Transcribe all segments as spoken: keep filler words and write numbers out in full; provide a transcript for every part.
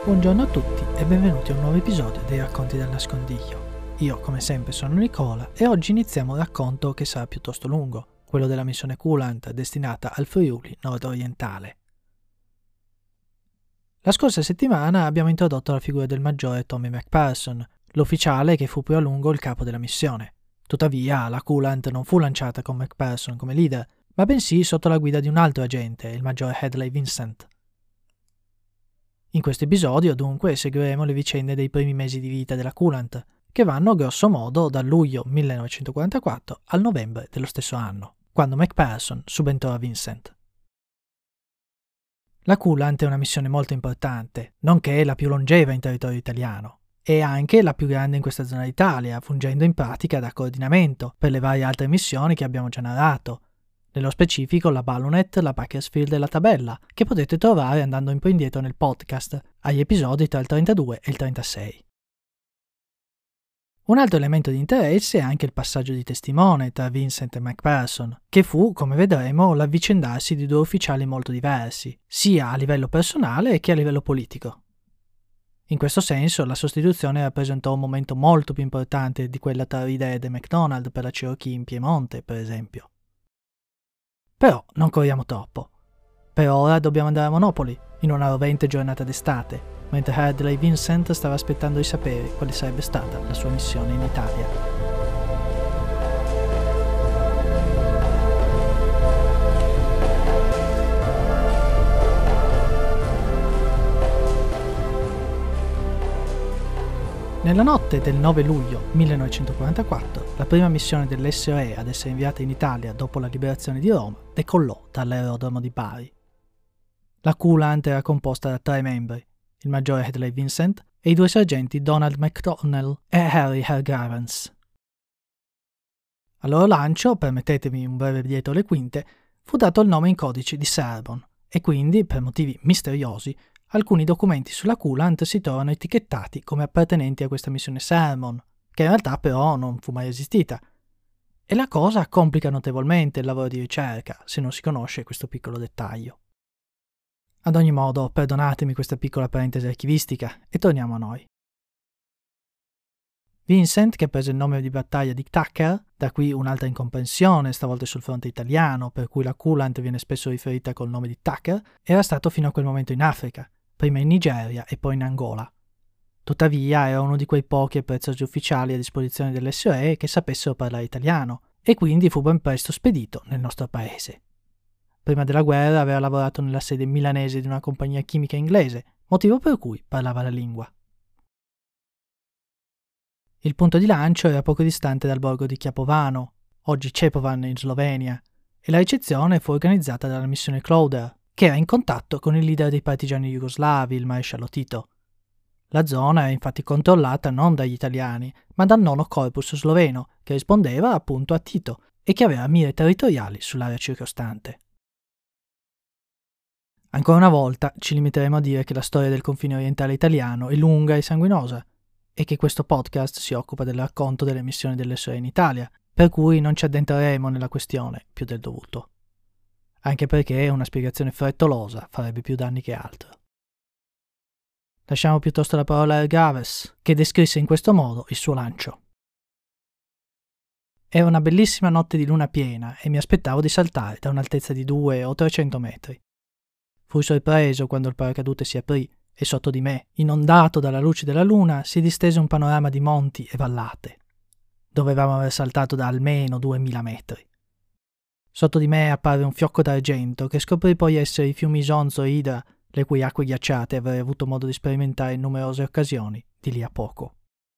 Buongiorno a tutti e benvenuti a un nuovo episodio dei Racconti del Nascondiglio. Io, come sempre, sono Nicola e oggi iniziamo un racconto che sarà piuttosto lungo, quello della missione Coolant destinata al Friuli nord-orientale. La scorsa settimana abbiamo introdotto la figura del maggiore Tommy McPherson, l'ufficiale che fu più a lungo il capo della missione. Tuttavia, la Coolant non fu lanciata con McPherson come leader, ma bensì sotto la guida di un altro agente, il maggiore Hadley Vincent. In questo episodio, dunque, seguiremo le vicende dei primi mesi di vita della Coolant, che vanno grosso modo dal luglio millenovecentoquarantaquattro al novembre dello stesso anno, quando McPherson subentrò a Vincent. La Coolant è una missione molto importante, nonché la più longeva in territorio italiano, e anche la più grande in questa zona d'Italia, fungendo in pratica da coordinamento per le varie altre missioni che abbiamo già narrato, nello specifico la Ballonet, la Bakersfield e la Tabella, che potete trovare andando un po' indietro nel podcast, agli episodi tra il trentadue e il trentasei. Un altro elemento di interesse è anche il passaggio di testimone tra Vincent e McPherson, che fu, come vedremo, l'avvicendarsi di due ufficiali molto diversi, sia a livello personale che a livello politico. In questo senso, la sostituzione rappresentò un momento molto più importante di quella tra Reed e McDonald per la Cherokee in Piemonte, per esempio. Però non corriamo troppo. Per ora dobbiamo andare a Monopoli, in una rovente giornata d'estate, mentre Hadley Vincent stava aspettando di sapere quale sarebbe stata la sua missione in Italia. Nella notte del nove luglio millenovecentoquarantaquattro, la prima missione dell'esse o e ad essere inviata in Italia dopo la liberazione di Roma decollò dall'aerodromo di Bari. La Coolant era composta da tre membri, il maggiore Hadley Vincent e i due sergenti Donald McDonnell e Harry Hargravens. Al loro lancio, permettetemi un breve dietro le quinte, fu dato il nome in codice di Serbon e quindi, per motivi misteriosi, alcuni documenti sulla Coolant si trovano etichettati come appartenenti a questa missione Sermon, che in realtà però non fu mai esistita. E la cosa complica notevolmente il lavoro di ricerca, se non si conosce questo piccolo dettaglio. Ad ogni modo, perdonatemi questa piccola parentesi archivistica e torniamo a noi. Vincent, che prese il nome di battaglia di Tucker, da qui un'altra incomprensione, stavolta sul fronte italiano, per cui la Coolant viene spesso riferita col nome di Tucker, era stato fino a quel momento in Africa, prima in Nigeria e poi in Angola. Tuttavia era uno di quei pochi e preziosi ufficiali a disposizione dell'esse o e che sapessero parlare italiano, e quindi fu ben presto spedito nel nostro paese. Prima della guerra aveva lavorato nella sede milanese di una compagnia chimica inglese, motivo per cui parlava la lingua. Il punto di lancio era poco distante dal borgo di Chiapovano, oggi Čepovan in Slovenia, e la ricezione fu organizzata dalla missione Clowder, che era in contatto con il leader dei partigiani jugoslavi, il maresciallo Tito. La zona era infatti controllata non dagli italiani, ma dal nono corpus sloveno, che rispondeva appunto a Tito e che aveva mire territoriali sull'area circostante. Ancora una volta ci limiteremo a dire che la storia del confine orientale italiano è lunga e sanguinosa e che questo podcast si occupa del racconto delle missioni dell'esse o e in Italia, per cui non ci addentreremo nella questione più del dovuto. Anche perché una spiegazione frettolosa farebbe più danni che altro. Lasciamo piuttosto la parola a Hargravens, che descrisse in questo modo il suo lancio. Era una bellissima notte di luna piena e mi aspettavo di saltare da un'altezza di due o trecento metri. Fui sorpreso quando il paracadute si aprì e sotto di me, inondato dalla luce della luna, si distese un panorama di monti e vallate. Dovevamo aver saltato da almeno duemila metri. Sotto di me apparve un fiocco d'argento che scoprì poi essere i fiumi Isonzo e Idra, le cui acque ghiacciate avrei avuto modo di sperimentare in numerose occasioni di lì a poco.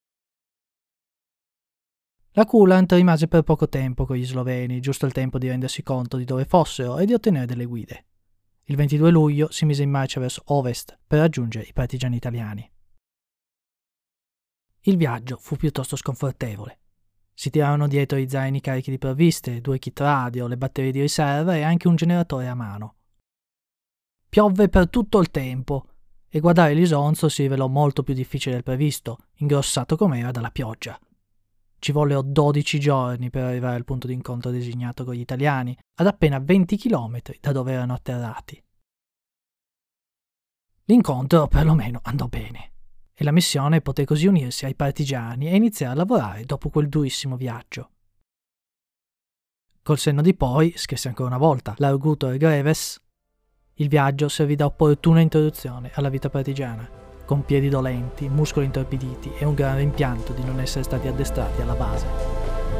La Coolant rimase per poco tempo con gli sloveni, giusto il tempo di rendersi conto di dove fossero e di ottenere delle guide. Il ventidue luglio si mise in marcia verso ovest per raggiungere i partigiani italiani. Il viaggio fu piuttosto sconfortevole. Si tirarono dietro i zaini carichi di provviste, due kit radio, le batterie di riserva e anche un generatore a mano. Piovve per tutto il tempo e guardare l'Isonzo si rivelò molto più difficile del previsto, ingrossato com'era dalla pioggia. Ci vollero dodici giorni per arrivare al punto d'incontro designato con gli italiani, ad appena venti chilometri da dove erano atterrati. L'incontro perlomeno andò bene e la missione poté così unirsi ai partigiani e iniziare a lavorare dopo quel durissimo viaggio. Col senno di poi, scrisse ancora una volta l'Arguto e Greves, il viaggio servì da opportuna introduzione alla vita partigiana, con piedi dolenti, muscoli intorpiditi e un gran rimpianto di non essere stati addestrati alla base.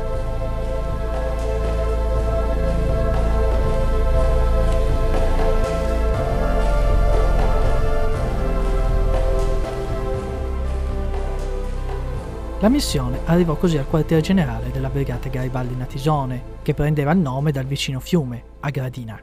La missione arrivò così al quartier generale della Brigata Garibaldi Natisone, che prendeva il nome dal vicino fiume, a Gradina.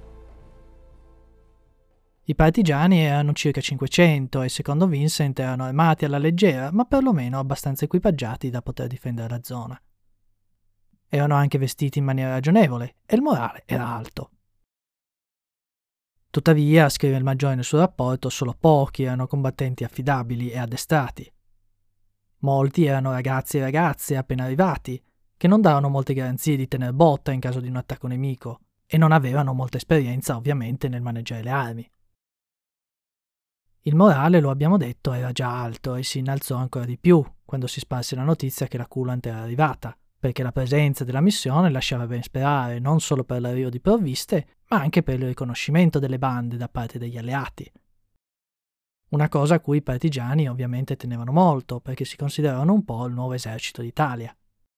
I partigiani erano circa cinquecento e secondo Vincent erano armati alla leggera, ma perlomeno abbastanza equipaggiati da poter difendere la zona. Erano anche vestiti in maniera ragionevole e il morale era alto. Tuttavia, scrive il maggiore nel suo rapporto, solo pochi erano combattenti affidabili e addestrati. Molti erano ragazzi e ragazze appena arrivati, che non davano molte garanzie di tener botta in caso di un attacco nemico e non avevano molta esperienza ovviamente nel maneggiare le armi. Il morale, lo abbiamo detto, era già alto e si innalzò ancora di più quando si sparse la notizia che la Kulant era arrivata, perché la presenza della missione lasciava ben sperare non solo per l'arrivo di provviste, ma anche per il riconoscimento delle bande da parte degli alleati. Una cosa a cui i partigiani ovviamente tenevano molto, perché si consideravano un po' il nuovo esercito d'Italia.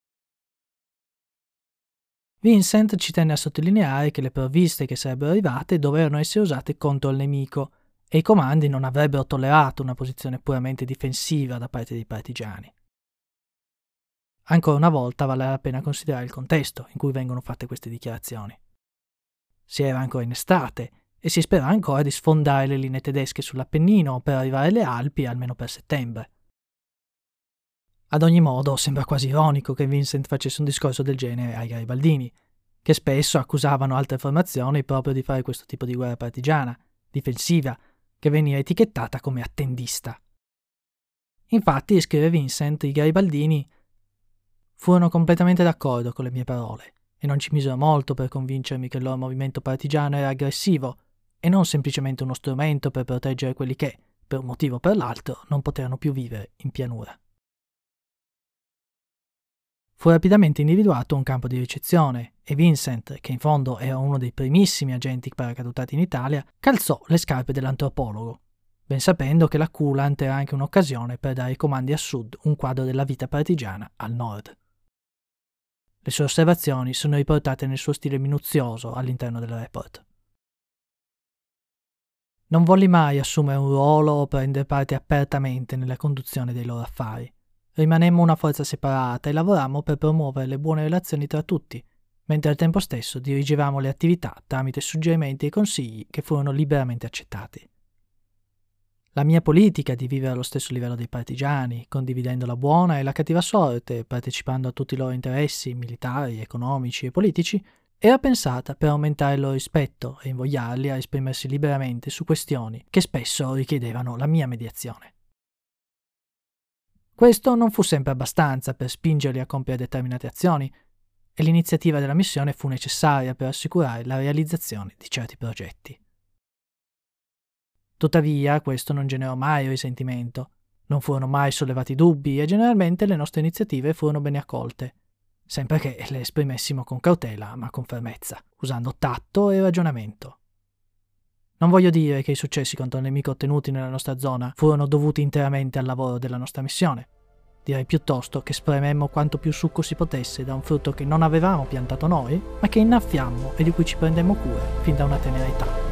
Vincent ci tenne a sottolineare che le provviste che sarebbero arrivate dovevano essere usate contro il nemico e i comandi non avrebbero tollerato una posizione puramente difensiva da parte dei partigiani. Ancora una volta vale la pena considerare il contesto in cui vengono fatte queste dichiarazioni. Si era ancora in estate e si sperava ancora di sfondare le linee tedesche sull'Appennino per arrivare alle Alpi almeno per settembre. Ad ogni modo, sembra quasi ironico che Vincent facesse un discorso del genere ai garibaldini, che spesso accusavano altre formazioni proprio di fare questo tipo di guerra partigiana, difensiva, che veniva etichettata come attendista. Infatti, scrive Vincent, i garibaldini furono completamente d'accordo con le mie parole e non ci misero molto per convincermi che il loro movimento partigiano era aggressivo e non semplicemente uno strumento per proteggere quelli che, per un motivo o per l'altro, non potevano più vivere in pianura. Fu rapidamente individuato un campo di ricezione e Vincent, che in fondo era uno dei primissimi agenti paracadutati in Italia, calzò le scarpe dell'antropologo, ben sapendo che la Kulant era anche un'occasione per dare ai comandi a sud un quadro della vita partigiana al nord. Le sue osservazioni sono riportate nel suo stile minuzioso all'interno del report. Non volli mai assumere un ruolo o prendere parte apertamente nella conduzione dei loro affari. Rimanemmo una forza separata e lavorammo per promuovere le buone relazioni tra tutti, mentre al tempo stesso dirigevamo le attività tramite suggerimenti e consigli che furono liberamente accettati. La mia politica di vivere allo stesso livello dei partigiani, condividendo la buona e la cattiva sorte, partecipando a tutti i loro interessi militari, economici e politici, era pensata per aumentare il loro rispetto e invogliarli a esprimersi liberamente su questioni che spesso richiedevano la mia mediazione. Questo non fu sempre abbastanza per spingerli a compiere determinate azioni e l'iniziativa della missione fu necessaria per assicurare la realizzazione di certi progetti. Tuttavia, questo non generò mai risentimento, non furono mai sollevati dubbi e generalmente le nostre iniziative furono bene accolte, sempre che le esprimessimo con cautela ma con fermezza, usando tatto e ragionamento. Non voglio dire che i successi contro il nemico ottenuti nella nostra zona furono dovuti interamente al lavoro della nostra missione. Direi piuttosto che sprememmo quanto più succo si potesse da un frutto che non avevamo piantato noi, ma che innaffiammo e di cui ci prendemmo cura fin da una tenera età.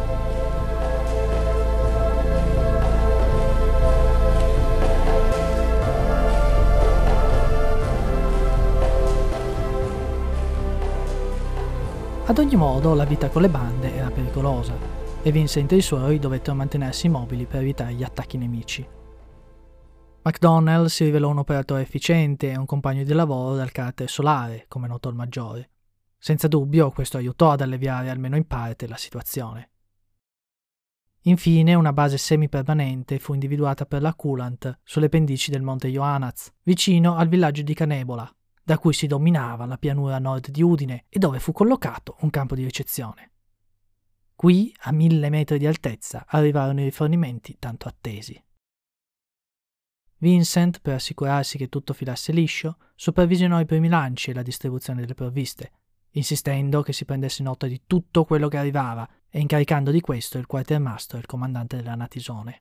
Ad ogni modo, la vita con le bande era pericolosa e Vincent e i suoi dovettero mantenersi immobili per evitare gli attacchi nemici. MacDonnell si rivelò un operatore efficiente e un compagno di lavoro dal carattere solare, come notò il maggiore. Senza dubbio, questo aiutò ad alleviare almeno in parte la situazione. Infine, una base semipermanente fu individuata per la Kulant sulle pendici del monte Johanaz, vicino al villaggio di Canebola, da cui si dominava la pianura a nord di Udine e dove fu collocato un campo di ricezione. Qui, a mille metri di altezza, arrivarono i rifornimenti tanto attesi. Vincent, per assicurarsi che tutto filasse liscio, supervisionò i primi lanci e la distribuzione delle provviste, insistendo che si prendesse nota di tutto quello che arrivava e incaricando di questo il quartiermastro e il comandante della Natisone.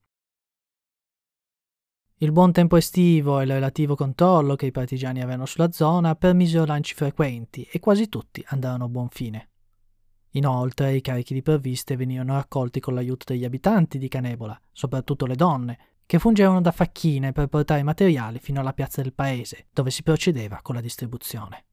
Il buon tempo estivo e il relativo controllo che i partigiani avevano sulla zona permisero lanci frequenti e quasi tutti andarono a buon fine. Inoltre i carichi di provviste venivano raccolti con l'aiuto degli abitanti di Canepola, soprattutto le donne, che fungevano da facchine per portare i materiali fino alla piazza del paese, dove si procedeva con la distribuzione.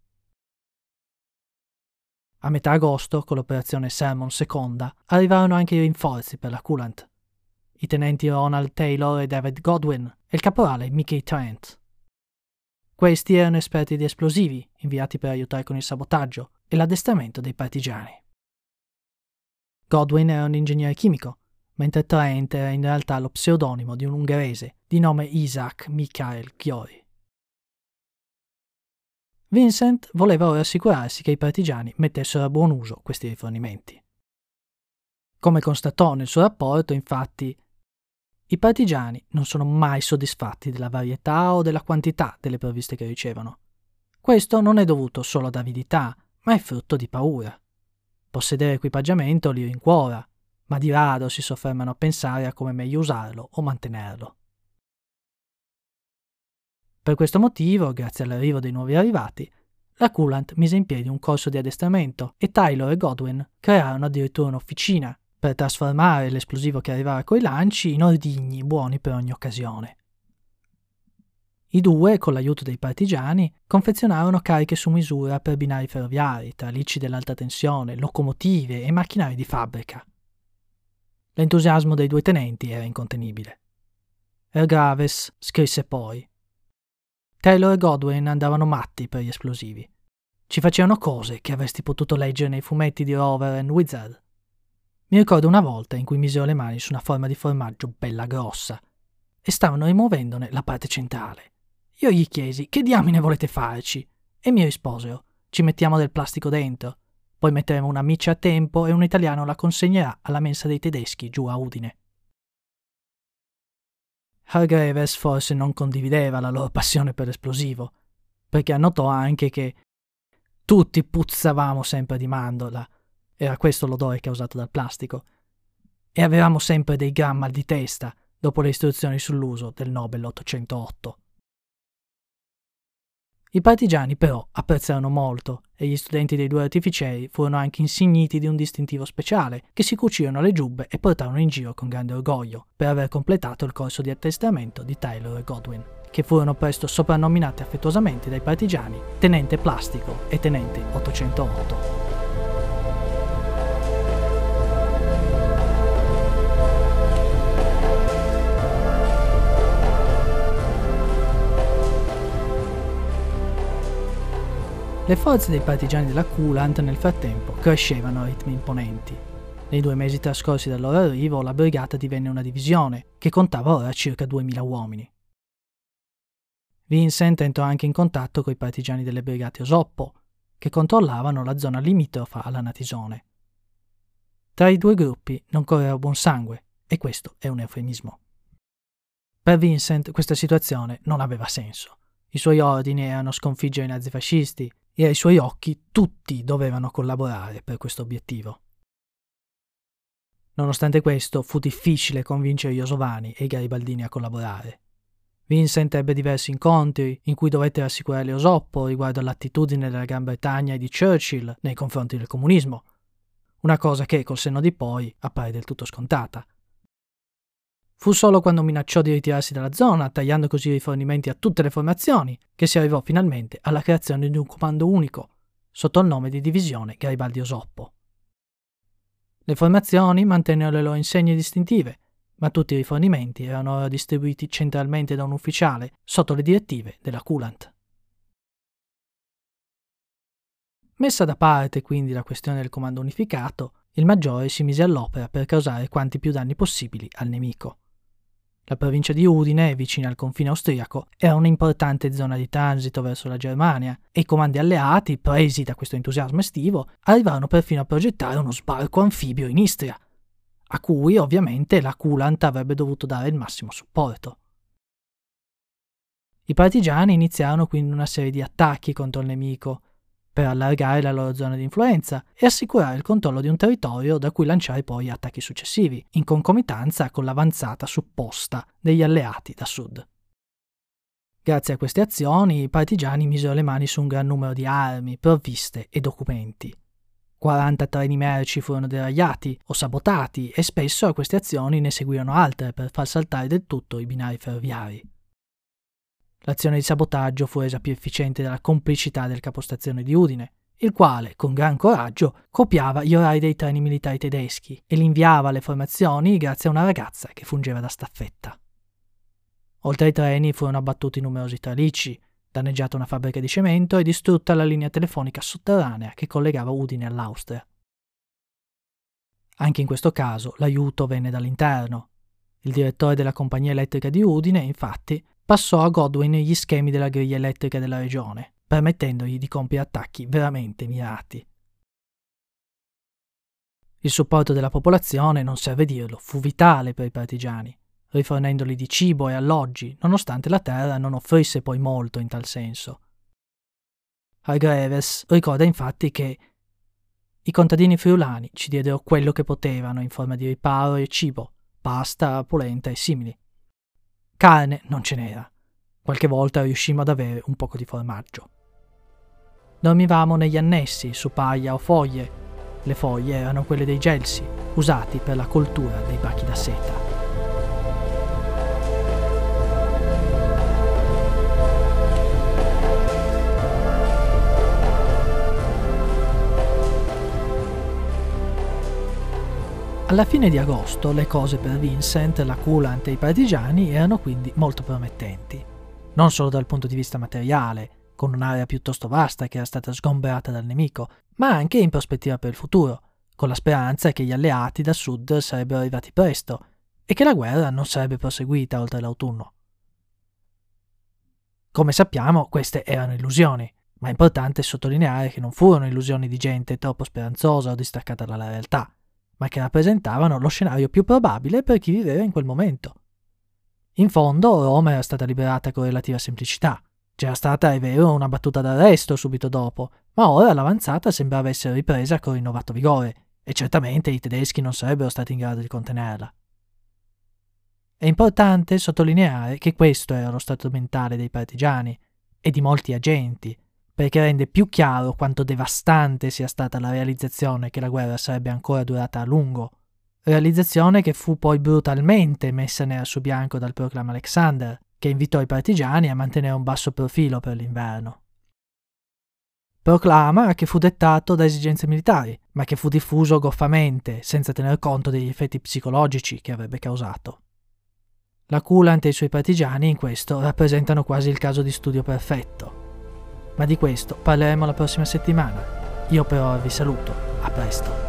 A metà agosto, con l'operazione Sermon seconda, arrivarono anche i rinforzi per la Coulant. I tenenti Ronald Taylor e David Godwin e il caporale Mickey Trent. Questi erano esperti di esplosivi, inviati per aiutare con il sabotaggio e l'addestramento dei partigiani. Godwin era un ingegnere chimico, mentre Trent era in realtà lo pseudonimo di un ungherese di nome Isaac Michael Ghiori. Vincent voleva ora assicurarsi che i partigiani mettessero a buon uso questi rifornimenti. Come constatò nel suo rapporto, infatti, i partigiani non sono mai soddisfatti della varietà o della quantità delle provviste che ricevono. Questo non è dovuto solo ad avidità, ma è frutto di paura. Possedere equipaggiamento li rincuora, ma di rado si soffermano a pensare a come meglio usarlo o mantenerlo. Per questo motivo, grazie all'arrivo dei nuovi arrivati, la Coulant mise in piedi un corso di addestramento e Taylor e Godwin crearono addirittura un'officina per trasformare l'esplosivo che arrivava coi lanci in ordigni buoni per ogni occasione. I due, con l'aiuto dei partigiani, confezionarono cariche su misura per binari ferroviari, tralicci dell'alta tensione, locomotive e macchinari di fabbrica. L'entusiasmo dei due tenenti era incontenibile. Earl Graves scrisse poi: Taylor e Godwin andavano matti per gli esplosivi. Ci facevano cose che avresti potuto leggere nei fumetti di Rover and Wizard. Mi ricordo una volta in cui misero le mani su una forma di formaggio bella grossa e stavano rimuovendone la parte centrale. Io gli chiesi: che diamine volete farci? E mi risposero: ci mettiamo del plastico dentro, poi metteremo una miccia a tempo e un italiano la consegnerà alla mensa dei tedeschi giù a Udine. Hargreaves forse non condivideva la loro passione per l'esplosivo, perché annotò anche che tutti puzzavamo sempre di mandorla, era questo l'odore causato dal plastico, e avevamo sempre dei gran mal di testa dopo le istruzioni sull'uso del Nobel ottocentotto. I partigiani però apprezzarono molto e gli studenti dei due artificieri furono anche insigniti di un distintivo speciale che si cucirono le giubbe e portarono in giro con grande orgoglio per aver completato il corso di addestramento di Taylor e Godwin, che furono presto soprannominati affettuosamente dai partigiani Tenente Plastico e Tenente ottocentotto. Le forze dei partigiani della Coulant nel frattempo crescevano a ritmi imponenti. Nei due mesi trascorsi dal loro arrivo, la brigata divenne una divisione che contava ora circa duemila uomini. Vincent entrò anche in contatto con i partigiani delle brigate Osoppo, che controllavano la zona limitrofa alla Natisone. Tra i due gruppi non correva buon sangue, e questo è un eufemismo. Per Vincent questa situazione non aveva senso. I suoi ordini erano sconfiggere i nazifascisti e ai suoi occhi tutti dovevano collaborare per questo obiettivo. Nonostante questo, fu difficile convincere gli Osovani e i garibaldini a collaborare. Vincent ebbe diversi incontri in cui dovette rassicurare le Osoppo riguardo all'attitudine della Gran Bretagna e di Churchill nei confronti del comunismo, una cosa che col senno di poi appare del tutto scontata. Fu solo quando minacciò di ritirarsi dalla zona, tagliando così i rifornimenti a tutte le formazioni, che si arrivò finalmente alla creazione di un comando unico, sotto il nome di Divisione Garibaldi Osoppo. Le formazioni mantennero le loro insegne distintive, ma tutti i rifornimenti erano ora distribuiti centralmente da un ufficiale sotto le direttive della Coulant. Messa da parte quindi la questione del comando unificato, il maggiore si mise all'opera per causare quanti più danni possibili al nemico. La provincia di Udine, vicina al confine austriaco, era un'importante zona di transito verso la Germania e i comandi alleati, presi da questo entusiasmo estivo, arrivarono perfino a progettare uno sbarco anfibio in Istria, a cui ovviamente la Kulant avrebbe dovuto dare il massimo supporto. I partigiani iniziarono quindi una serie di attacchi contro il nemico, per allargare la loro zona di influenza e assicurare il controllo di un territorio da cui lanciare poi attacchi successivi, in concomitanza con l'avanzata supposta degli alleati da sud. Grazie a queste azioni, i partigiani misero le mani su un gran numero di armi, provviste e documenti. quaranta treni merci furono deragliati o sabotati e spesso a queste azioni ne seguirono altre per far saltare del tutto i binari ferroviari. L'azione di sabotaggio fu resa più efficiente dalla complicità del capostazione di Udine, il quale, con gran coraggio, copiava gli orari dei treni militari tedeschi e li inviava alle formazioni grazie a una ragazza che fungeva da staffetta. Oltre ai treni furono abbattuti numerosi tralicci, danneggiata una fabbrica di cemento e distrutta la linea telefonica sotterranea che collegava Udine all'Austria. Anche in questo caso l'aiuto venne dall'interno. Il direttore della compagnia elettrica di Udine, infatti, passò a Godwin gli schemi della griglia elettrica della regione, permettendogli di compiere attacchi veramente mirati. Il supporto della popolazione, non serve dirlo, fu vitale per i partigiani, rifornendoli di cibo e alloggi, nonostante la terra non offrisse poi molto in tal senso. Hargreaves ricorda infatti che i contadini friulani ci diedero quello che potevano in forma di riparo e cibo, pasta, polenta e simili. Carne non ce n'era. Qualche volta riuscimmo ad avere un poco di formaggio. Dormivamo negli annessi, su paglia o foglie. Le foglie erano quelle dei gelsi, usati per la coltura dei bachi da seta. Alla fine di agosto le cose per Vincent, la Kulant e i partigiani erano quindi molto promettenti, non solo dal punto di vista materiale, con un'area piuttosto vasta che era stata sgomberata dal nemico, ma anche in prospettiva per il futuro, con la speranza che gli alleati da sud sarebbero arrivati presto e che la guerra non sarebbe proseguita oltre l'autunno. Come sappiamo, queste erano illusioni, ma è importante sottolineare che non furono illusioni di gente troppo speranzosa o distaccata dalla realtà, ma che rappresentavano lo scenario più probabile per chi viveva in quel momento. In fondo, Roma era stata liberata con relativa semplicità. C'era stata, è vero, una battuta d'arresto subito dopo, ma ora l'avanzata sembrava essere ripresa con rinnovato vigore, e certamente i tedeschi non sarebbero stati in grado di contenerla. È importante sottolineare che questo era lo stato mentale dei partigiani e di molti agenti, perché rende più chiaro quanto devastante sia stata la realizzazione che la guerra sarebbe ancora durata a lungo, realizzazione che fu poi brutalmente messa nera su bianco dal proclama Alexander, che invitò i partigiani a mantenere un basso profilo per l'inverno. Proclama che fu dettato da esigenze militari, ma che fu diffuso goffamente, senza tener conto degli effetti psicologici che avrebbe causato. La Kulant e i suoi partigiani in questo rappresentano quasi il caso di studio perfetto. Ma di questo parleremo la prossima settimana. Io per ora vi saluto, a presto.